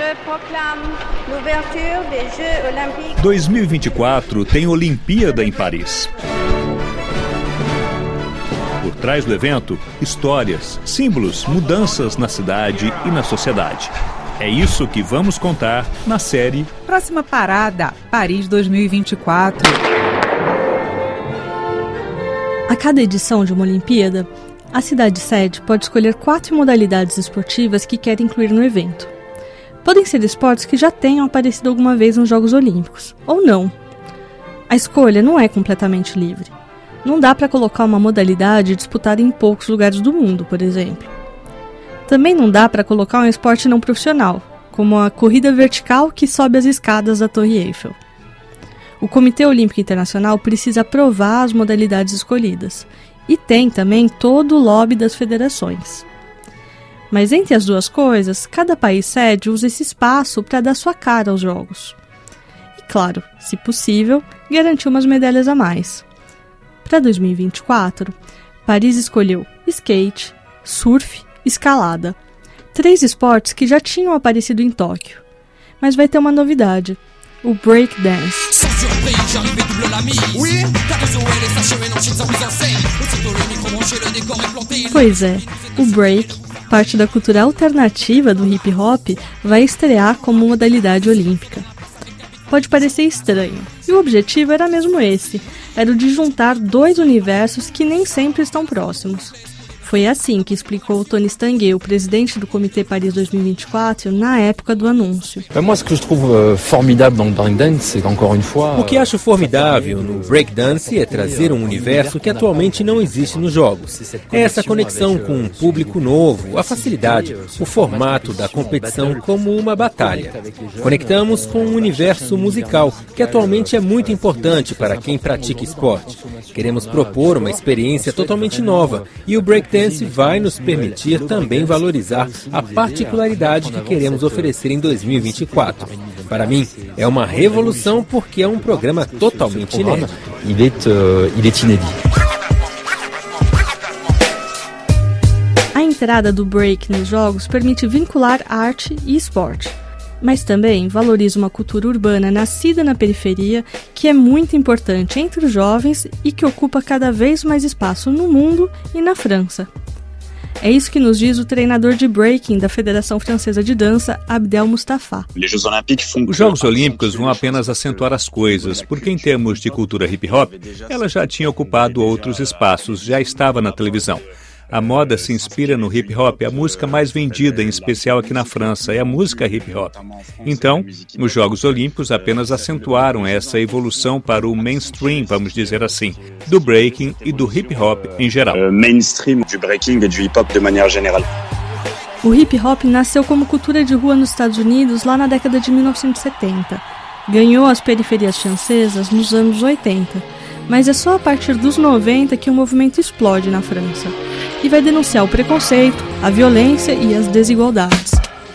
Je proclame l'ouverture des Jeux Olympiques. 2024 tem Olimpíada em Paris. Por trás do evento, histórias, símbolos, mudanças na cidade e na sociedade. É isso que vamos contar na série Próxima Parada, Paris 2024. A cada edição de uma Olimpíada, a cidade-sede pode escolher 4 modalidades esportivas que quer incluir no evento. Podem ser esportes que já tenham aparecido alguma vez nos Jogos Olímpicos, ou não. A escolha não é completamente livre. Não dá para colocar uma modalidade disputada em poucos lugares do mundo, por exemplo. Também não dá para colocar um esporte não profissional, como a corrida vertical que sobe as escadas da Torre Eiffel. O Comitê Olímpico Internacional precisa aprovar as modalidades escolhidas, e tem também todo o lobby das federações. Mas entre as duas coisas, cada país sede usa esse espaço para dar sua cara aos Jogos. E claro, se possível, garantir umas medalhas a mais. Para 2024, Paris escolheu skate, surf e escalada. 3 esportes que já tinham aparecido em Tóquio. Mas vai ter uma novidade: o breakdance. Pois é, o break, parte da cultura alternativa do hip hop, vai estrear como modalidade olímpica. Pode parecer estranho, e o objetivo era mesmo esse, era o de juntar 2 universos que nem sempre estão próximos. Foi assim que explicou Tony Stanguet, o presidente do Comitê Paris 2024, na época do anúncio. O que acho formidável no breakdance é trazer um universo que atualmente não existe nos jogos. É essa conexão com um público novo, a facilidade, o formato da competição como uma batalha. Conectamos com um universo musical, que atualmente é muito importante para quem pratica esporte. Queremos propor uma experiência totalmente nova, e o breakdance vai nos permitir também valorizar a particularidade que queremos oferecer em 2024. Para mim, é uma revolução porque é um programa totalmente inédito. Il est inédit. A entrada do break nos jogos permite vincular arte e esporte, mas também valoriza uma cultura urbana nascida na periferia que é muito importante entre os jovens e que ocupa cada vez mais espaço no mundo e na França. É isso que nos diz o treinador de breaking da Federação Francesa de Dança, Abdel Mustafa. Os Jogos Olímpicos vão apenas acentuar as coisas, porque em termos de cultura hip-hop, ela já tinha ocupado outros espaços, já estava na televisão. A moda se inspira no hip-hop, a música mais vendida, em especial aqui na França, é a música hip-hop. Então, os Jogos Olímpicos apenas acentuaram essa evolução para o mainstream, vamos dizer assim, do breaking e do hip-hop em geral. Mainstream du breaking et du hip-hop de manière générale. O hip-hop nasceu como cultura de rua nos Estados Unidos lá na década de 1970. Ganhou as periferias francesas nos anos 80, mas é só a partir dos 90 que o movimento explode na França. E vai denunciar o preconceito, a violência e as desigualdades.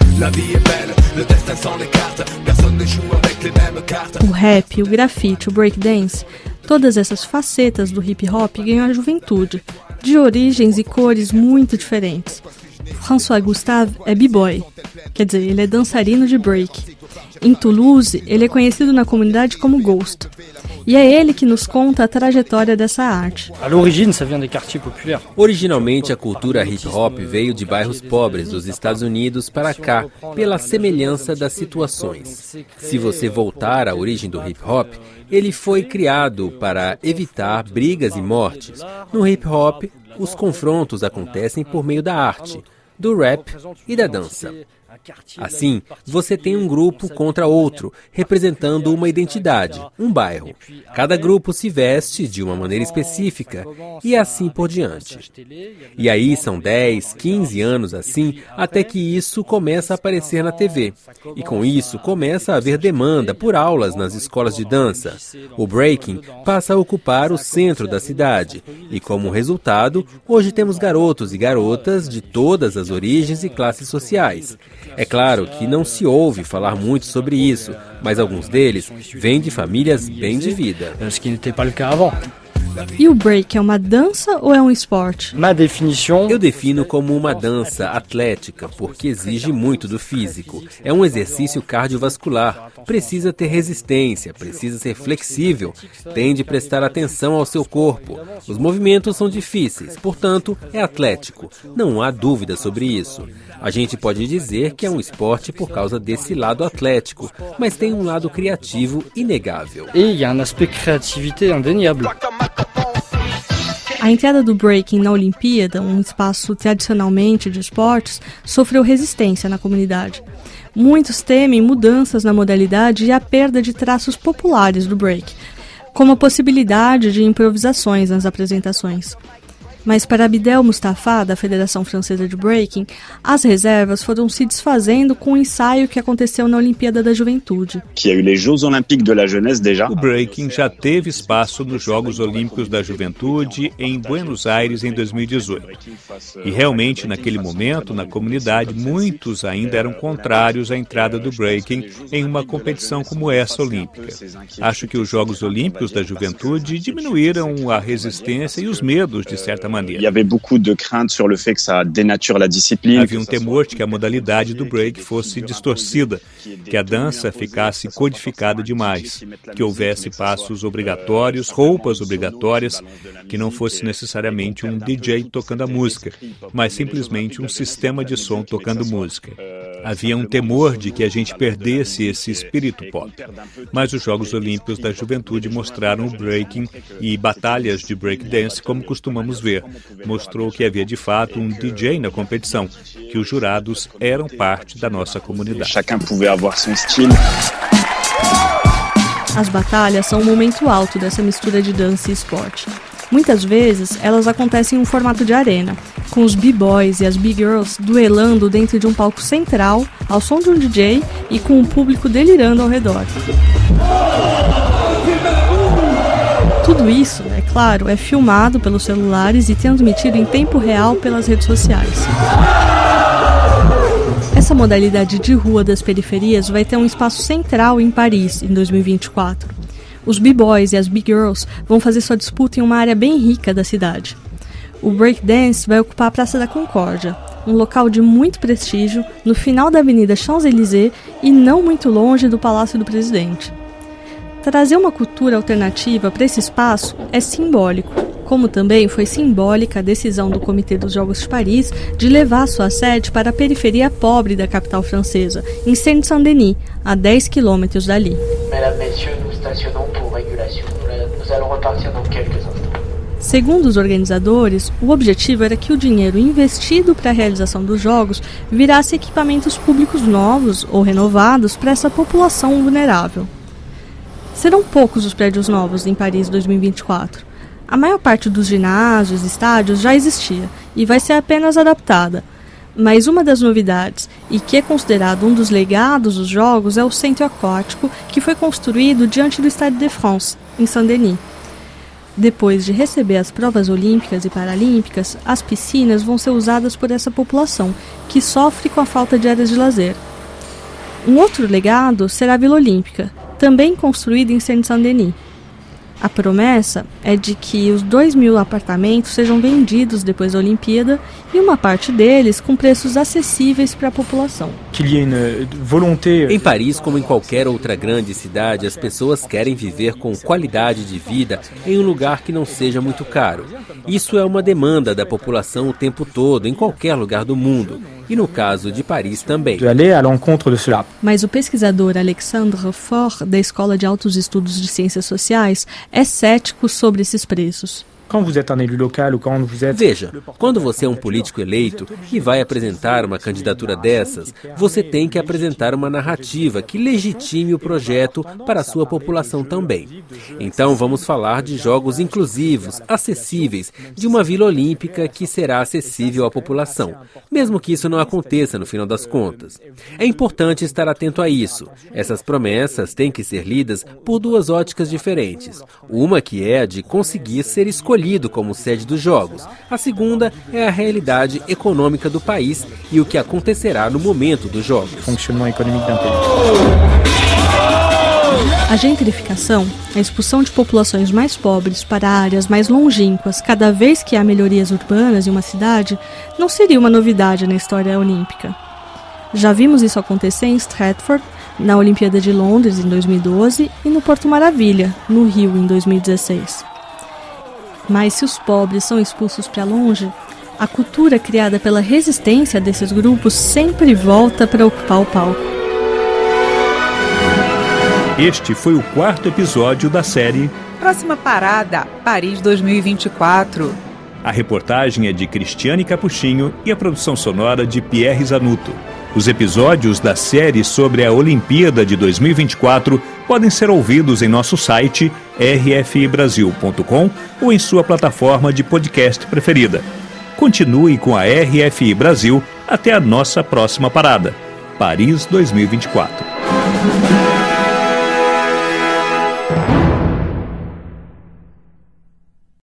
O rap, o grafite, o breakdance, todas essas facetas do hip-hop ganham a juventude, de origens e cores muito diferentes. François Gustave é b-boy, quer dizer, ele é dançarino de break. Em Toulouse, ele é conhecido na comunidade como Ghost. E é ele que nos conta a trajetória dessa arte. Originalmente, a cultura hip-hop veio de bairros pobres dos Estados Unidos para cá, pela semelhança das situações. Se você voltar à origem do hip-hop, ele foi criado para evitar brigas e mortes. No hip-hop, os confrontos acontecem por meio da arte, do rap e da dança. Assim, você tem um grupo contra outro, representando uma identidade, um bairro. Cada grupo se veste de uma maneira específica e assim por diante. E aí são 10, 15 anos assim, até que isso começa a aparecer na TV. E com isso começa a haver demanda por aulas nas escolas de dança. O breaking passa a ocupar o centro da cidade. E como resultado, hoje temos garotos e garotas de todas as origens e classes sociais. É claro que não se ouve falar muito sobre isso, mas alguns deles vêm de famílias bem de vida. E o break é uma dança ou é um esporte? Eu defino como uma dança atlética, porque exige muito do físico. É um exercício cardiovascular, precisa ter resistência, precisa ser flexível, tem de prestar atenção ao seu corpo. Os movimentos são difíceis, portanto, é atlético. Não há dúvida sobre isso. A gente pode dizer que é um esporte por causa desse lado atlético, mas tem um lado criativo inegável. A entrada do breaking na Olimpíada, um espaço tradicionalmente de esportes, sofreu resistência na comunidade. Muitos temem mudanças na modalidade e a perda de traços populares do break, como a possibilidade de improvisações nas apresentações. Mas para Abdel Mustafa, da Federação Francesa de Breaking, as reservas foram se desfazendo com o ensaio que aconteceu na Olimpíada da Juventude. O breaking já teve espaço nos Jogos Olímpicos da Juventude em Buenos Aires em 2018. E realmente, naquele momento, na comunidade, muitos ainda eram contrários à entrada do breaking em uma competição como essa olímpica. Acho que os Jogos Olímpicos da Juventude diminuíram a resistência e os medos, de certa maneira. Havia um temor de que a modalidade do break fosse distorcida, que a dança ficasse codificada demais, que houvesse passos obrigatórios, roupas obrigatórias, que não fosse necessariamente um DJ tocando a música, mas simplesmente um sistema de som tocando música. Havia um temor de que a gente perdesse esse espírito pop. Mas os Jogos Olímpicos da Juventude mostraram o breaking e batalhas de breakdance como costumamos ver. Mostrou que havia de fato um DJ na competição, que os jurados eram parte da nossa comunidade. As batalhas são um momento alto dessa mistura de dança e esporte. Muitas vezes, elas acontecem em um formato de arena, com os b-boys e as b-girls duelando dentro de um palco central, ao som de um DJ e com o público delirando ao redor. Tudo isso, é claro, é filmado pelos celulares e transmitido em tempo real pelas redes sociais. Essa modalidade de rua das periferias vai ter um espaço central em Paris, em 2024. Os b-boys e as b-girls vão fazer sua disputa em uma área bem rica da cidade. O breakdance vai ocupar a Praça da Concórdia, um local de muito prestígio, no final da Avenida Champs-Élysées e não muito longe do Palácio do Presidente. Trazer uma cultura alternativa para esse espaço é simbólico, como também foi simbólica a decisão do Comitê dos Jogos de Paris de levar sua sede para a periferia pobre da capital francesa, em Seine-Saint-Denis, a 10 quilômetros dali. Segundo os organizadores, o objetivo era que o dinheiro investido para a realização dos Jogos virasse equipamentos públicos novos ou renovados para essa população vulnerável. Serão poucos os prédios novos em Paris 2024. A maior parte dos ginásios e estádios já existia e vai ser apenas adaptada. Mas uma das novidades, e que é considerado um dos legados dos Jogos, é o centro aquático que foi construído diante do Stade de France, em Saint-Denis. Depois de receber as provas olímpicas e paralímpicas, as piscinas vão ser usadas por essa população, que sofre com a falta de áreas de lazer. Um outro legado será a Vila Olímpica, também construída em Seine-Saint-Denis. A promessa é de que os 2.000 apartamentos sejam vendidos depois da Olimpíada e uma parte deles com preços acessíveis para a população. Em Paris, como em qualquer outra grande cidade, as pessoas querem viver com qualidade de vida em um lugar que não seja muito caro. Isso é uma demanda da população o tempo todo, em qualquer lugar do mundo. E no caso de Paris também. Mas o pesquisador Alexandre Faure, da Escola de Altos Estudos de Ciências Sociais, é cético sobre esses preços. Veja, quando você é um político eleito e vai apresentar uma candidatura dessas, você tem que apresentar uma narrativa que legitime o projeto para a sua população também. Então vamos falar de jogos inclusivos, acessíveis, de uma Vila Olímpica que será acessível à população, mesmo que isso não aconteça no final das contas. É importante estar atento a isso. Essas promessas têm que ser lidas por duas óticas diferentes. Uma que é a de conseguir ser escolhido como sede dos Jogos. A segunda é a realidade econômica do país e o que acontecerá no momento dos Jogos. A gentrificação, a expulsão de populações mais pobres para áreas mais longínquas cada vez que há melhorias urbanas em uma cidade, não seria uma novidade na história olímpica. Já vimos isso acontecer em Stratford, na Olimpíada de Londres em 2012 e no Porto Maravilha, no Rio, em 2016. Mas se os pobres são expulsos para longe, a cultura criada pela resistência desses grupos sempre volta para ocupar o palco. Este foi o 4º episódio da série Próxima parada, Paris 2024. A reportagem é de Cristiane Capuchinho e a produção sonora de Pierre Zanuto. Os episódios da série sobre a Olimpíada de 2024 podem ser ouvidos em nosso site rfibrasil.com ou em sua plataforma de podcast preferida. Continue com a RFI Brasil até a nossa próxima parada, Paris 2024.